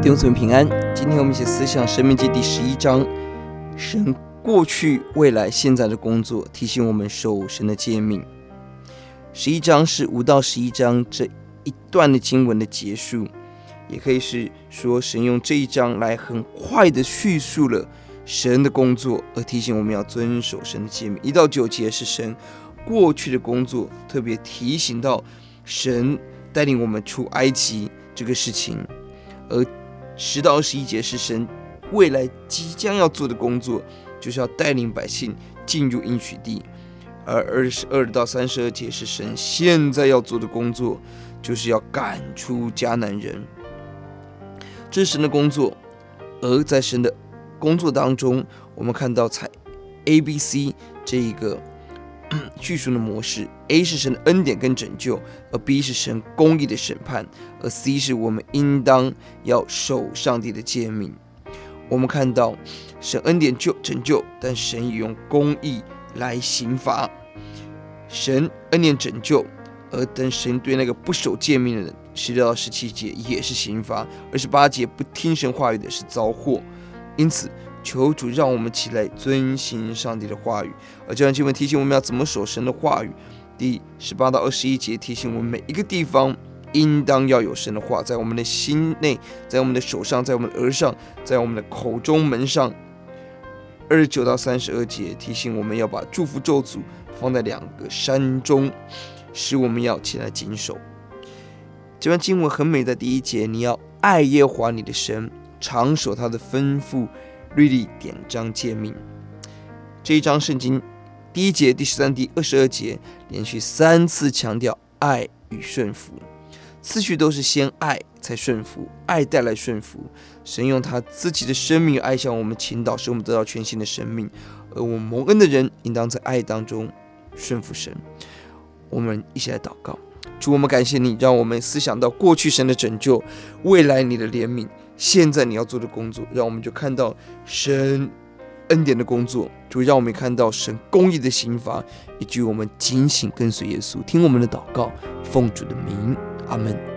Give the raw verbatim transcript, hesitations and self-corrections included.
弟兄姊妹平安，今天我们一起思想申命记第十一章，神过去、未来、现在的工作，提醒我们守神的诫命。十一章是五到十一章这一段的经文的结束，也可以是说神用这一章来很快的叙述了神的工作，而提醒我们要遵守神的诫命。一到九节是神过去的工作，特别提醒到神带领我们出埃及这个事情，而十到二十一节是神未来即将要做的工作，就是要带领百姓进入应许地。而二十二到三十二节是神现在要做的工作，就是要赶出迦南人。这是神的工作，而在神的工作当中，我们看到采 A B C 这一个叙述的模式。 A 是神的恩典跟拯救，而 B 是神公义的审判，而 C 是我们应当要守上帝的诫命。我们看到神恩典救拯救，但神也用公义来刑罚。神恩典拯救，而等神对那个不守诫命的人，十六到十七节也是刑罚，二十八节不听神话语的是遭祸。因此求主让我们起来遵行上帝的话语。而这段经文提醒我们要怎么守神的话语。第十八到二十一节提醒我们每一个地方应当要有神的话，在我们的心内，在我们的手上，在我们的额上，在我们的口中门上。二十九到三十二节提醒我们要把祝福咒诅放在两个山中，使我们要起来谨守。这段经文很美，在第一节，你要爱耶和华你的神，常守他的吩咐、律例、典章、诫命。这一章圣经第一节、第十三、第二十二节连续三次强调爱与顺服，次序都是先爱才顺服，爱带来顺服。神用他自己的生命爱向我们倾倒，使我们得到全新的生命，而我们蒙恩的人应当在爱当中顺服神。我们一起来祷告。主，我们感谢你，让我们思想到过去神的拯救，未来你的怜悯，现在你要做的工作，让我们就看到神恩典的工作。主，让我们看到神公义的刑罚，以及我们警醒跟随耶稣。听我们的祷告，奉主的名，阿们。